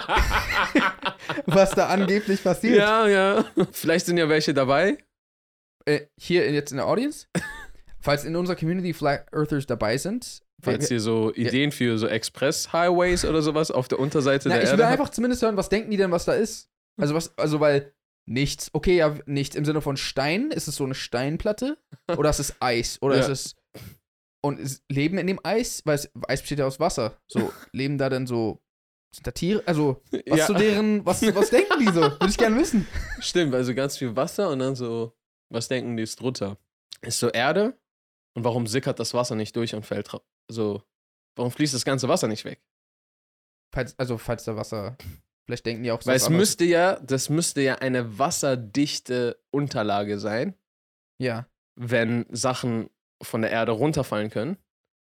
was da angeblich passiert. Ja, ja. Vielleicht sind ja welche dabei. Äh, hier jetzt in der Audience, falls in unserer Community Flat Earthers dabei sind, Falls ihr so Ideen für so Express-Highways oder sowas auf der Unterseite Na, der ich Erde will habt. einfach zumindest hören, was denken die denn, was da ist? Also was, also weil nichts, okay, ja, nichts im Sinne von Stein, ist es so eine Steinplatte? Oder ist es Eis? Oder Ja. ist es, und ist, leben in dem Eis? Weil es, Eis besteht ja aus Wasser. So, leben da denn so, sind da Tiere? Also, was Ja. zu deren, was, was denken die so? Würde ich gerne wissen. Stimmt, also ganz viel Wasser und dann so, was denken die ist drunter? Ist so Erde und warum sickert das Wasser nicht durch und fällt ra- so, warum fließt das ganze Wasser nicht weg? Falls, also, falls da Wasser, vielleicht denken die auch so. Weil es müsste ja, das müsste ja eine wasserdichte Unterlage sein, Ja. wenn Sachen von der Erde runterfallen können.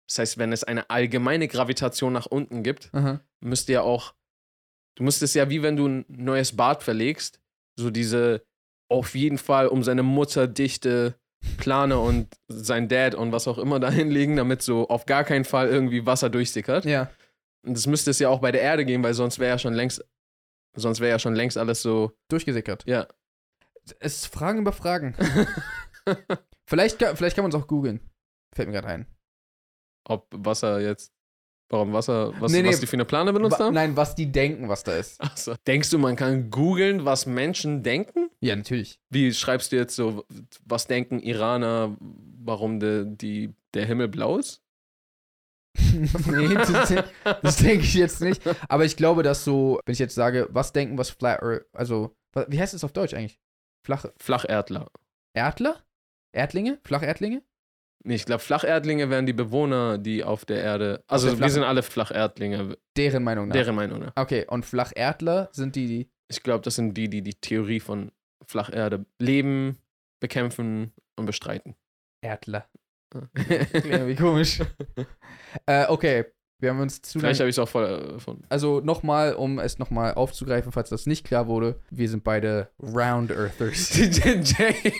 Das heißt, wenn es eine allgemeine Gravitation nach unten gibt, Aha. müsste ja auch, du müsstest ja, wie wenn du ein neues Bad verlegst, so diese auf jeden Fall um seine Mutter dichte Plane und sein Dad und was auch immer da hinlegen, damit so auf gar keinen Fall irgendwie Wasser durchsickert. Ja. Und das müsste es ja auch bei der Erde gehen, weil sonst wäre ja schon längst, sonst wäre ja schon längst alles so, Durchgesickert. ja. Es ist Fragen über Fragen. vielleicht, kann- vielleicht kann man es auch googeln. Fällt mir gerade ein. Ob Wasser jetzt, warum Wasser, was, Nee, nee. was die für eine Plane benutzt Wa- haben? Nein, was die denken, was da ist. Achso. Denkst du, man kann googeln, was Menschen denken? Ja, natürlich. Wie schreibst du jetzt so, was denken Iraner, warum de, die, der Himmel blau ist? nee, das, das denke ich jetzt nicht. Aber ich glaube, dass so, wenn ich jetzt sage, was denken, was Flat Earth, also, wa- wie heißt es auf Deutsch eigentlich? Flache Flacherdler. Erdler? Erdlinge? Flacherdlinge? Nee, ich glaube, Flacherdlinge wären die Bewohner, die auf der Erde. Also, der wir flachen- sind alle Flacherdlinge, Deren Meinung nach. deren Meinung nach. Okay, und Flacherdler sind die, die. Ich glaube, das sind die, die die Theorie von Flacherde leben, bekämpfen und bestreiten. Erdler. Irgendwie komisch. äh, okay, wir haben uns zu lange. Vielleicht habe ich es auch voll äh, erfunden. Also nochmal, um es nochmal aufzugreifen, falls das nicht klar wurde, wir sind beide Round Earthers. Jay.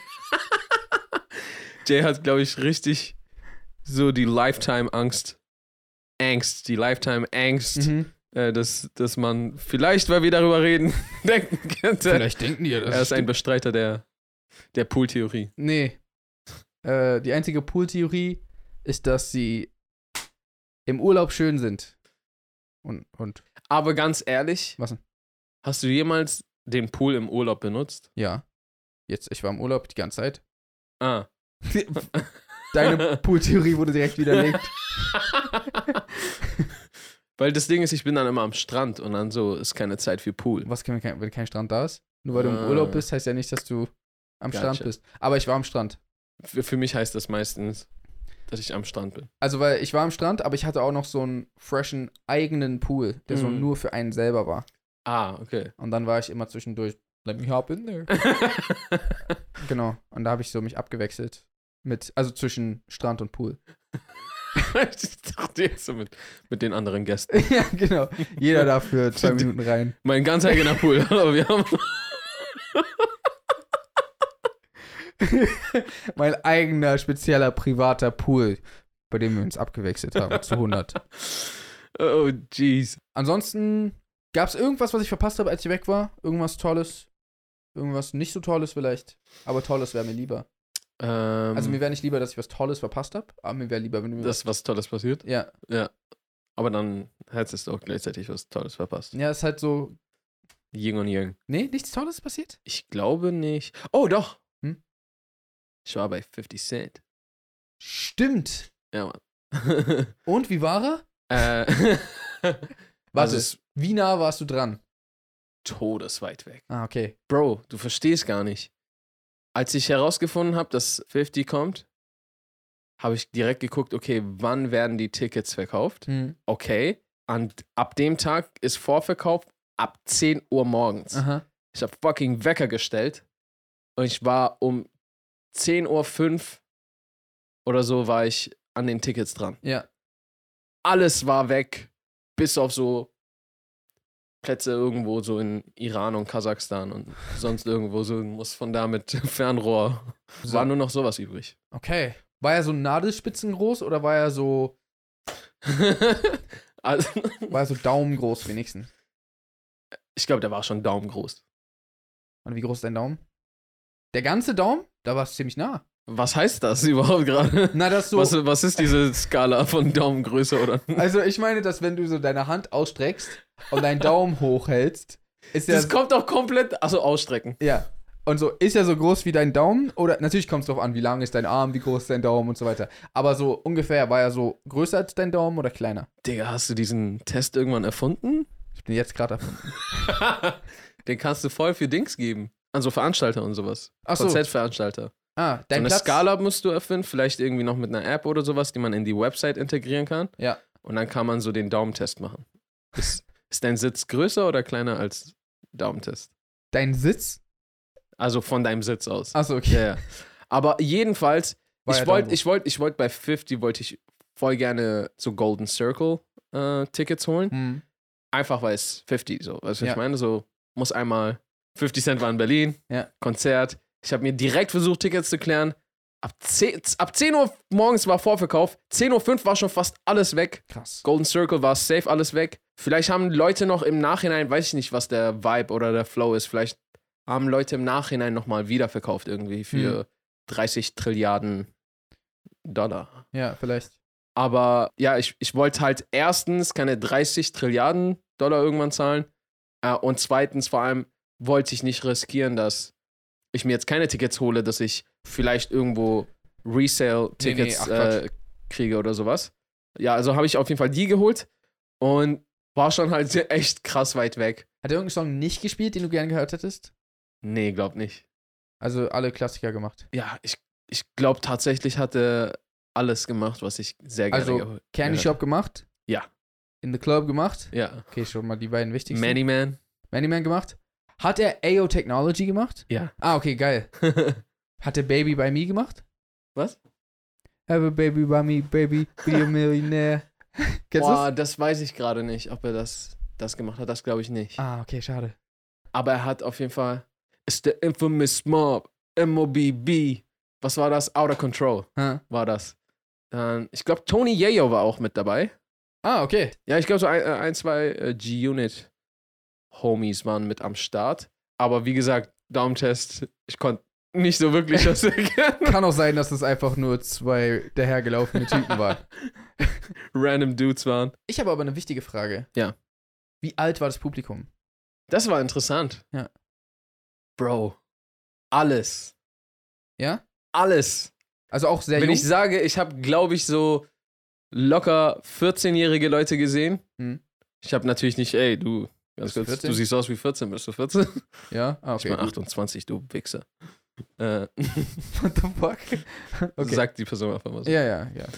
Jay hat, glaube ich, richtig so die Lifetime-Angst. Angst, die Lifetime-Angst, Mhm. äh, dass, dass man vielleicht, weil wir darüber reden, denken könnte. Vielleicht denken die ja, das Er ist ein stimmt. Bestreiter der, der Pool-Theorie. Nee. Äh, die einzige Pool-Theorie ist, dass sie im Urlaub schön sind. Und, und, Aber ganz ehrlich, was denn? hast du jemals den Pool im Urlaub benutzt? Ja. Jetzt, ich war im Urlaub die ganze Zeit. Ah. Deine Pool-Theorie wurde direkt widerlegt. Weil das Ding ist, ich bin dann immer am Strand und dann so ist keine Zeit für Pool. Was kann, wenn wenn kein Strand da ist? Nur weil du im Ah. Urlaub bist, heißt ja nicht, dass du am Gotcha. Strand bist. Aber ich war am Strand. Für, für mich heißt das meistens, dass ich am Strand bin. Also, weil ich war am Strand, aber ich hatte auch noch so einen freshen eigenen Pool, der so Mhm. nur für einen selber war. Ah, okay. Und dann war ich immer zwischendurch, let me hop in there. Genau. Und da habe ich so mich abgewechselt. Mit, also zwischen Strand und Pool. Ich dachte jetzt so mit, mit den anderen Gästen. ja, genau. Jeder darf für zwei Minuten rein. Mein ganz eigener Pool. Aber wir haben Mein eigener, spezieller, privater Pool, bei dem wir uns abgewechselt haben, zu hundert. Oh, jeez. Ansonsten, gab es irgendwas, was ich verpasst habe, als ich weg war? Irgendwas Tolles? Irgendwas nicht so Tolles vielleicht? Aber Tolles wäre mir lieber. Ähm, Also mir wäre nicht lieber, dass ich was Tolles verpasst habe, aber mir wäre lieber, wenn du mir das, was Tolles passiert. Ja, Ja. Aber dann hättest du auch gleichzeitig was Tolles verpasst. ja, ist halt so. Yin und Yang. Nee, nichts Tolles passiert? Ich glaube nicht. Oh, doch. Hm? Ich war bei fifty Cent. Stimmt. Ja, Mann. Und wie war er? äh, Warte, also es ist wie nah warst du dran? todesweit weg. Ah, okay. Bro, du verstehst gar nicht. Als ich herausgefunden habe, dass fifty kommt, habe ich direkt geguckt, okay, wann werden die Tickets verkauft? Hm. Okay, und ab dem Tag ist Vorverkauf ab zehn Uhr morgens. Aha. Ich habe fucking Wecker gestellt und ich war um zehn Uhr fünf oder so war ich an den Tickets dran. Ja. Alles war weg, bis auf so Plätze irgendwo so in Iran und Kasachstan und sonst irgendwo so, muss von da mit Fernrohr. So. War nur noch sowas übrig. Okay. War er so nadelspitzengroß oder war er so, Also, war er so daumengroß wenigstens? ich glaube, der war schon daumengroß. Und wie groß ist dein Daumen? Der ganze Daumen? Da war es ziemlich nah. Was heißt das überhaupt gerade? Na, das so. Was, was ist diese Skala von Daumengröße oder? Also ich meine, dass wenn du so deine Hand ausstreckst und deinen Daumen hochhältst, ist ja. Das kommt doch komplett. Achso, ausstrecken. Ja. Und so, ist er so groß wie dein Daumen? Oder natürlich kommt es drauf an, wie lang ist dein Arm, wie groß ist dein Daumen und so weiter. Aber so ungefähr, war er so größer als dein Daumen oder kleiner? Digga, hast du diesen Test irgendwann erfunden? Ich bin jetzt gerade erfunden. Den kannst du voll für Dings geben. An so Veranstalter und sowas. Ach so. Konzertveranstalter. Ah, So dein eine Platz. Skala musst du erfinden, vielleicht irgendwie noch mit einer App oder sowas, die man in die Website integrieren kann. Ja. Und dann kann man so den Daumentest machen. Ist, ist dein Sitz größer oder kleiner als Daumentest? Dein Sitz? Also von deinem Sitz aus. Achso, okay. Ja, ja. Aber jedenfalls, War ich ja wollte Daumen ich wollt, ich wollt bei fifty wollte ich voll gerne so Golden Circle äh, Tickets holen. Hm. Einfach weil es fünfzig so. Weißt du, Ja. ich meine, so muss einmal fünfzig Cent war in Berlin, Ja. Konzert. Ich habe mir direkt versucht, Tickets zu klären. Ab zehn, ab zehn Uhr morgens war Vorverkauf. zehn Uhr fünf war schon fast alles weg. Krass. Golden Circle war safe alles weg. Vielleicht haben Leute noch im Nachhinein, weiß ich nicht, was der Vibe oder der Flow ist, vielleicht haben Leute im Nachhinein nochmal wiederverkauft irgendwie für Hm. dreißig Trilliarden Dollar. Ja, vielleicht. Aber ja, ich, ich wollte halt erstens keine dreißig Trilliarden Dollar irgendwann zahlen. Äh, und zweitens vor allem wollte ich nicht riskieren, dass ich mir jetzt keine Tickets hole, dass ich vielleicht irgendwo Resale-Tickets Nee, nee, ach, äh, kriege oder sowas. Ja, also habe ich auf jeden Fall die geholt und war schon halt echt krass weit weg. Hat er irgendeinen Song nicht gespielt, den du gerne gehört hättest? Nee, glaub nicht. Also alle Klassiker gemacht. Ja, ich, ich glaube tatsächlich hat er alles gemacht, was ich sehr gerne Also geho- Candy gehört. Shop gemacht? Ja. In the Club gemacht? Ja. Okay, schon mal die beiden wichtigsten. Manny Man? Mandyman gemacht? Hat er A O Technology gemacht? Ja. Ah, okay, geil. Hat er Baby by Me gemacht? Was? Have a baby by me, baby, be a millionaire. Kennst Boah, du's? das weiß ich gerade nicht, ob er das, das gemacht hat. Das glaube ich nicht. Ah, okay, schade. Aber er hat auf jeden Fall. It's the infamous mob. M O B B. Was war das? Out of Control Ha. war das. Dann, ich glaube, Tony Yayo war auch mit dabei. Ah, okay. Ja, ich glaube, so ein, äh, ein zwei äh, G-Unit-Homies waren mit am Start. Aber wie gesagt, Daumentest, ich konnte nicht so wirklich das erkennen. Kann auch sein, dass es einfach nur zwei dahergelaufene Typen waren. Random Dudes waren. Ich habe aber eine wichtige Frage. Ja. Wie alt war das Publikum? Das war interessant. Ja. Bro, alles. Ja? Alles. Also auch sehr Wenn jung? ich sage, ich habe, glaube ich, so locker vierzehnjährige Leute gesehen. Hm. Ich habe natürlich nicht, ey, du, ganz Bist du kurz, vierzehn? du siehst aus wie vierzehn, bist du vierzehn? Ja? Ah, Ich okay. bin achtundzwanzig, du Wichser. Äh, What the fuck? Okay. Sagt die Person einfach mal so. Ja, ja, ja.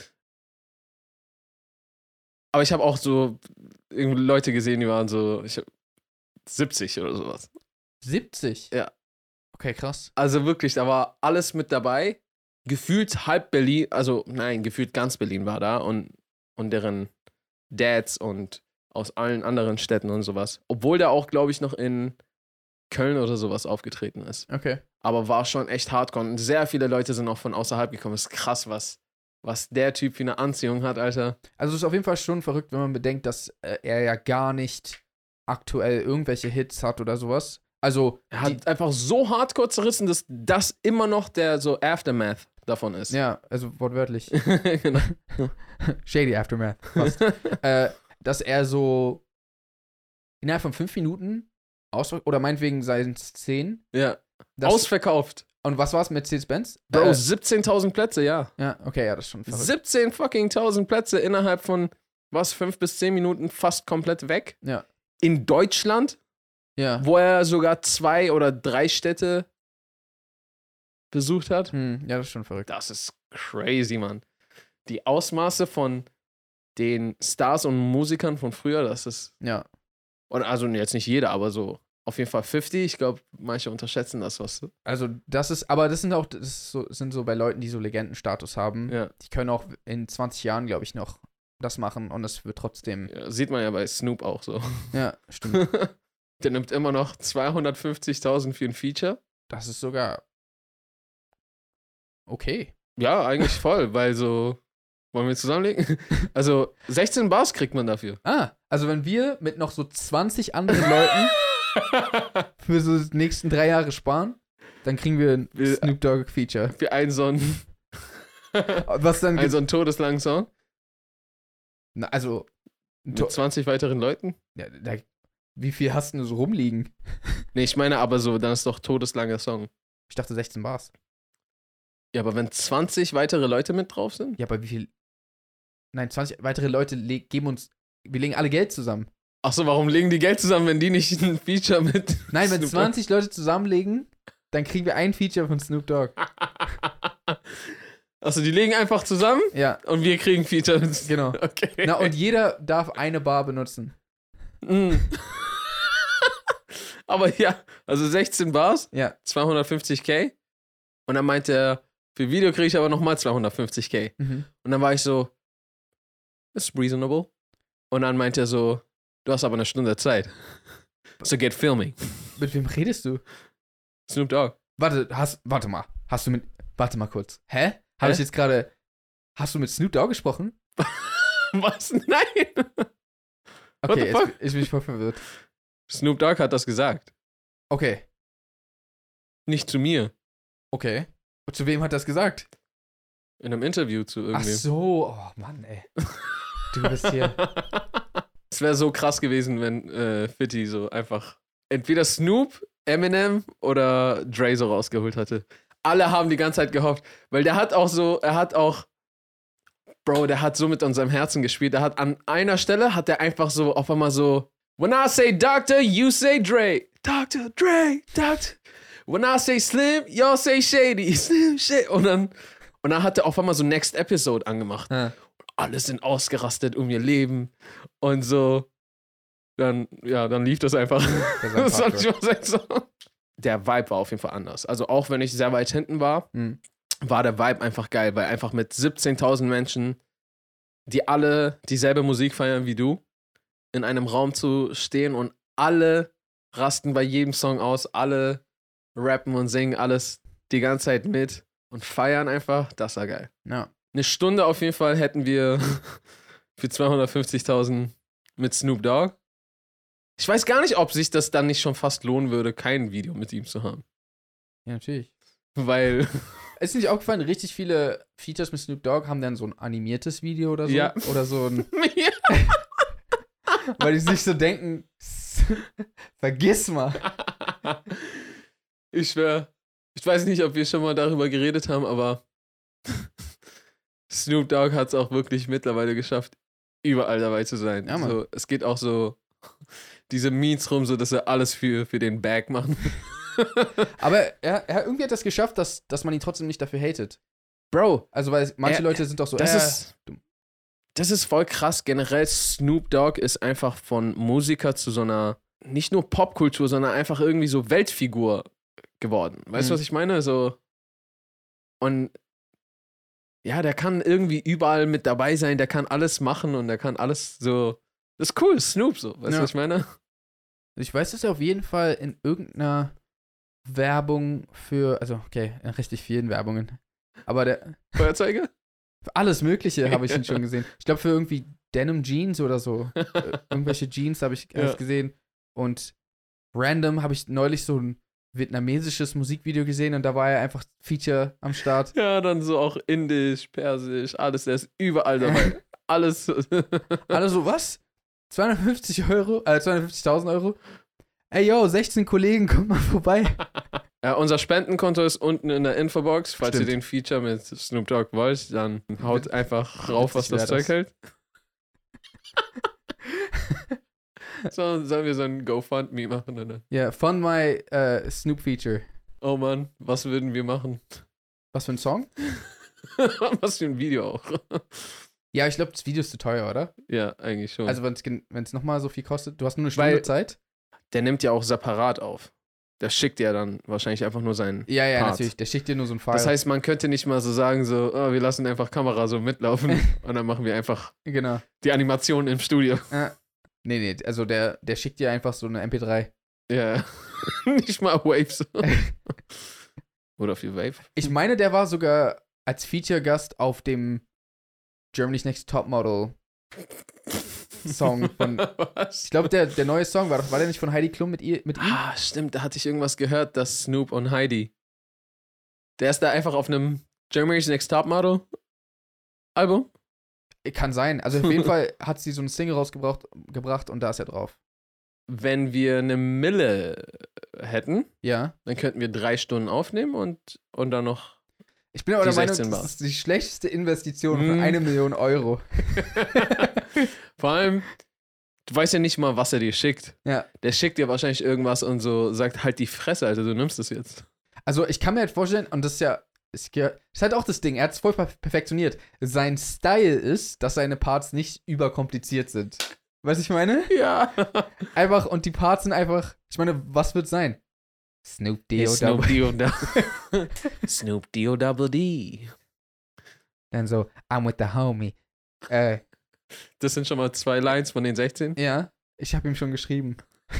Aber ich habe auch so irgendwie Leute gesehen, die waren so ich hab siebzig oder sowas. siebzig? Ja. Okay, krass. Also wirklich, da war alles mit dabei. Gefühlt halb Berlin, also nein, gefühlt ganz Berlin war da und, und deren Dads und aus allen anderen Städten und sowas. Obwohl der auch, glaube ich, noch in Köln oder sowas aufgetreten ist. Okay. Aber war schon echt hardcore. Und sehr viele Leute sind auch von außerhalb gekommen. Das ist krass, was, was der Typ für eine Anziehung hat, Alter. Also es ist auf jeden Fall schon verrückt, wenn man bedenkt, dass äh, er ja gar nicht aktuell irgendwelche Hits hat oder sowas. Also, Er hat die, einfach so hardcore zerrissen, dass das immer noch der so Aftermath davon ist. ja, also wortwörtlich. genau. Shady Aftermath. Fast. äh, dass er so innerhalb von fünf Minuten aus oder meinetwegen seien es zehn. Ja. Das, Ausverkauft. und was war es? Mercedes-Benz? Bro, Äh, siebzehntausend Plätze, ja. ja, okay, ja, das ist schon verrückt. siebzehn fucking tausend Plätze innerhalb von, was, fünf bis zehn Minuten fast komplett weg. Ja. In Deutschland, Ja. wo er sogar zwei oder drei Städte besucht hat. Hm, ja, das ist schon verrückt. Das ist crazy, Mann. Die Ausmaße von den Stars und Musikern von früher, das ist, Ja. oder also jetzt nicht jeder, aber so auf jeden Fall fünfzig. Ich glaube, manche unterschätzen das, was. Also, das ist, aber das sind auch, das ist so, sind so bei Leuten, die so Legendenstatus haben. Ja. Die können auch in zwanzig Jahren, glaube ich, noch das machen und es wird trotzdem. Ja, sieht man ja bei Snoop auch so. Ja, stimmt. Der nimmt immer noch zweihundertfünfzigtausend für ein Feature. Das ist sogar okay. Ja, eigentlich voll, weil so. Wollen wir zusammenlegen? Also sechzehn Bars kriegt man dafür. Ah, also wenn wir mit noch so zwanzig anderen Leuten für so die nächsten drei Jahre sparen, dann kriegen wir ein Wir- Snoop Dogg Feature. Für einen so einen, Was dann einen so einen todeslangen Song Na, also mit to- zwanzig weiteren Leuten. ja, da, wie viel hast du so rumliegen? Nee, ich meine aber so, dann ist doch todeslanger Song. Ich dachte sechzehn Bars. Ja, aber wenn zwanzig weitere Leute mit drauf sind? Ja, aber wie viel? Nein, zwanzig weitere Leute le- geben uns. Wir legen alle Geld zusammen. Achso, warum legen die Geld zusammen, wenn die nicht ein Feature mit. Nein, wenn Snoop zwanzig Leute zusammenlegen, dann kriegen wir ein Feature von Snoop Dogg. Achso, die legen einfach zusammen Ja, und wir kriegen Feature mit. genau. Okay. Na, und jeder darf eine Bar benutzen. Mm. Aber ja, also sechzehn Bars, Ja. zweihundertfünfzig K. Und dann meinte er, für Video kriege ich aber nochmal zweihundertfünfzig K. Mhm. Und dann war ich so, It's reasonable. Und dann meint er so, du hast aber eine Stunde Zeit. So get filming. Mit wem redest du? Snoop Dogg. Warte, hast, warte mal. Hast du mit, warte mal kurz. Hä? Habe ich jetzt gerade, hast du mit Snoop Dogg gesprochen? Was? Nein. Okay, jetzt, ich bin voll verwirrt. Snoop Dogg hat das gesagt. Okay. Nicht zu mir. Okay. Und zu wem hat das gesagt? In einem Interview zu Ach irgendwem. so. Oh Mann, ey. Du bist hier. Es wäre so krass gewesen, wenn äh, fifty so einfach entweder Snoop, Eminem oder Dre so rausgeholt hatte. Alle haben die ganze Zeit gehofft, weil der hat auch so, er hat auch, Bro, der hat so mit unserem Herzen gespielt. Der hat an einer Stelle, hat der einfach so auf einmal so, when I say Doctor, you say Dre. Doctor, Dre, Doctor. When I say Slim, y'all say Shady. Slim, Shady. Und dann, und dann hat er auf einmal so Next Episode angemacht. Ja. Alle sind ausgerastet um ihr Leben. Und so, dann, ja, dann lief das einfach. Das war nicht mal sein Song. Der Vibe war auf jeden Fall anders. Also auch wenn ich sehr weit hinten war, Mhm. war der Vibe einfach geil, weil einfach mit siebzehntausend Menschen, die alle dieselbe Musik feiern wie du, in einem Raum zu stehen und alle rasten bei jedem Song aus, alle rappen und singen alles die ganze Zeit mit und feiern einfach, das war geil. Ja. Eine Stunde auf jeden Fall hätten wir für zweihundertfünfzigtausend mit Snoop Dogg. Ich weiß gar nicht, ob sich das dann nicht schon fast lohnen würde, kein Video mit ihm zu haben. Ja, natürlich. Weil, Ist dir nicht aufgefallen, richtig viele Features mit Snoop Dogg haben dann so ein animiertes Video oder so? Ja. Oder so ein, weil die sich so denken, vergiss mal. ich schwör, ich weiß nicht, ob wir schon mal darüber geredet haben, aber Snoop Dogg hat es auch wirklich mittlerweile geschafft, überall dabei zu sein. Ja, Mann. So, es geht auch so diese Memes rum, so dass er alles für, für den Bag macht. Aber er, er irgendwie hat das geschafft, dass, dass man ihn trotzdem nicht dafür hatet. Bro, Also, weil manche Er- Leute sind doch so, das äh, ist das ist voll krass. Generell Snoop Dogg ist einfach von Musiker zu so einer, nicht nur Popkultur, sondern einfach irgendwie so Weltfigur geworden. Weißt du, Mhm. was ich meine? So, und ja, der kann irgendwie überall mit dabei sein, der kann alles machen und der kann alles so. Das ist cool, Snoop so. Weißt du, Ja. was ich meine? ich weiß, dass er auf jeden Fall in irgendeiner Werbung für, also, okay, in richtig vielen Werbungen. Aber der, Feuerzeuge? für alles Mögliche habe ich ihn schon gesehen. Ich glaube, für irgendwie Denim Jeans oder so. Äh, Irgendwelche Jeans habe ich Ja. erst gesehen. Und random habe ich neulich so ein vietnamesisches Musikvideo gesehen und da war er einfach Feature am Start. Ja, dann so auch Indisch, Persisch, alles, der ist überall dabei. Alles. Alle so, was? zweihundertfünfzig Euro? Äh, zweihundertfünfzigtausend Euro? Ey, yo, sechzehn Kollegen, kommt mal vorbei. Ja, unser Spendenkonto ist unten in der Infobox. Falls Stimmt. ihr den Feature mit Snoop Dogg wollt, dann haut einfach rauf, was Witzig das wär Zeug hält. So, sollen wir so ein GoFundMe machen, oder? Ja, von my äh, Snoop Feature. Oh Mann, was würden wir machen? Was für ein Song? Was für ein Video auch. Ja, ich glaube, das Video ist zu teuer, oder? Ja, eigentlich schon. Also, wenn es nochmal so viel kostet, du hast nur eine Stunde Weil- Zeit. der nimmt ja auch separat auf. Der schickt ja dann wahrscheinlich einfach nur seinen. Ja, ja, Part. natürlich. Der schickt dir nur so ein File. Das heißt, man könnte nicht mal so sagen, so, oh, wir lassen einfach Kamera so mitlaufen und dann machen wir einfach genau. die Animation im Studio. Äh, nee, nee, also der, der schickt dir einfach so eine M P drei. Ja, nicht mal Waves. Oder für Wave. Ich meine, der war sogar als Feature-Gast auf dem Germany's Next Topmodel Song von. Was? Ich glaube, der, der neue Song war doch, war der nicht von Heidi Klum mit, ihr, mit ihm? Ah, stimmt, da hatte ich irgendwas gehört, dass Snoop und Heidi. Der ist da einfach auf einem Germany's Next Topmodel Album. Kann sein. Also auf jeden Fall hat sie so einen Single rausgebracht gebracht und da ist er drauf. Wenn wir eine Mille hätten, Ja. dann könnten wir drei Stunden aufnehmen und, und dann noch. Ich bin aber der Die Meinung, sechzehn das Bar. ist die schlechteste Investition Mm. von eine Million Euro. Vor allem, du weißt ja nicht mal, was er dir schickt. Ja. Der schickt dir wahrscheinlich irgendwas und so sagt, halt die Fresse, Alter, du nimmst es jetzt. Also ich kann mir halt vorstellen, und das ist ja, ist, ja- ist halt auch das Ding, er hat es voll per- perfektioniert. Sein Style ist, dass seine Parts nicht überkompliziert sind. Weißt du, ich meine? Ja. Einfach, und die Parts sind einfach, ich meine, was wird sein? Snoop Dio Snoop Double. Dio Double Snoop Dio Double D. Dann so, I'm with the homie. Äh, Das sind schon mal zwei Lines von den sechzehn. Ja, ich habe ihm schon geschrieben.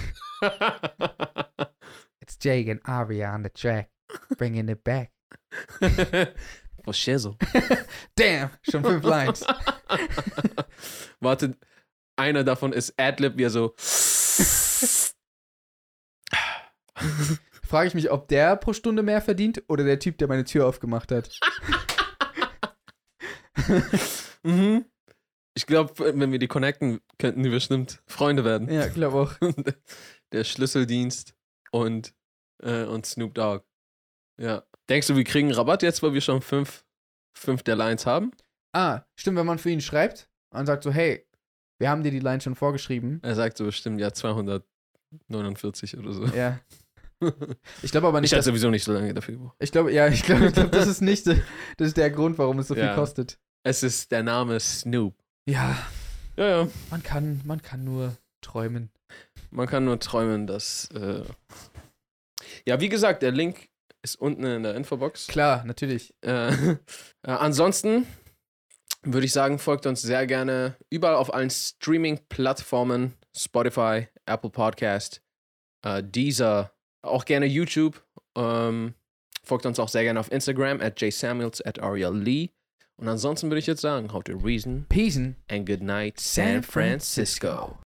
It's Jake and Aria on the track, bringing it back. For Shizzle. Damn, schon fünf Lines. Warte, einer davon ist Adlib, wie er so. Frage ich mich, ob der pro Stunde mehr verdient oder der Typ, der meine Tür aufgemacht hat. mhm. Ich glaube, wenn wir die connecten, könnten die bestimmt Freunde werden. Ja, glaube auch. Der Schlüsseldienst und, äh, und Snoop Dogg. Ja. Denkst du, wir kriegen einen Rabatt jetzt, weil wir schon fünf, fünf der Lines haben? Ah, stimmt, wenn man für ihn schreibt und sagt so, hey, wir haben dir die Line schon vorgeschrieben. Er sagt so bestimmt, ja, zweihundertneunundvierzig oder so. Ja. Ich glaube aber nicht, Ich hatte dass, sowieso nicht so lange dafür gebraucht. ich glaube, ja, ich glaube, glaub, das ist nicht, das ist der Grund, warum es so viel Ja. kostet. Es ist der Name Snoop. Ja, Ja, ja. man kann, man kann nur träumen. Man kann nur träumen, dass. Äh ja, wie gesagt, der Link ist unten in der Infobox. Klar, natürlich. Äh, äh, ansonsten würde ich sagen, folgt uns sehr gerne überall auf allen Streaming-Plattformen: Spotify, Apple Podcast, äh, Deezer, auch gerne YouTube. Ähm, folgt uns auch sehr gerne auf Instagram at jsamuels at Ariel Lee. Und ansonsten würde ich jetzt sagen, how to reason Peace. and good night, San Francisco.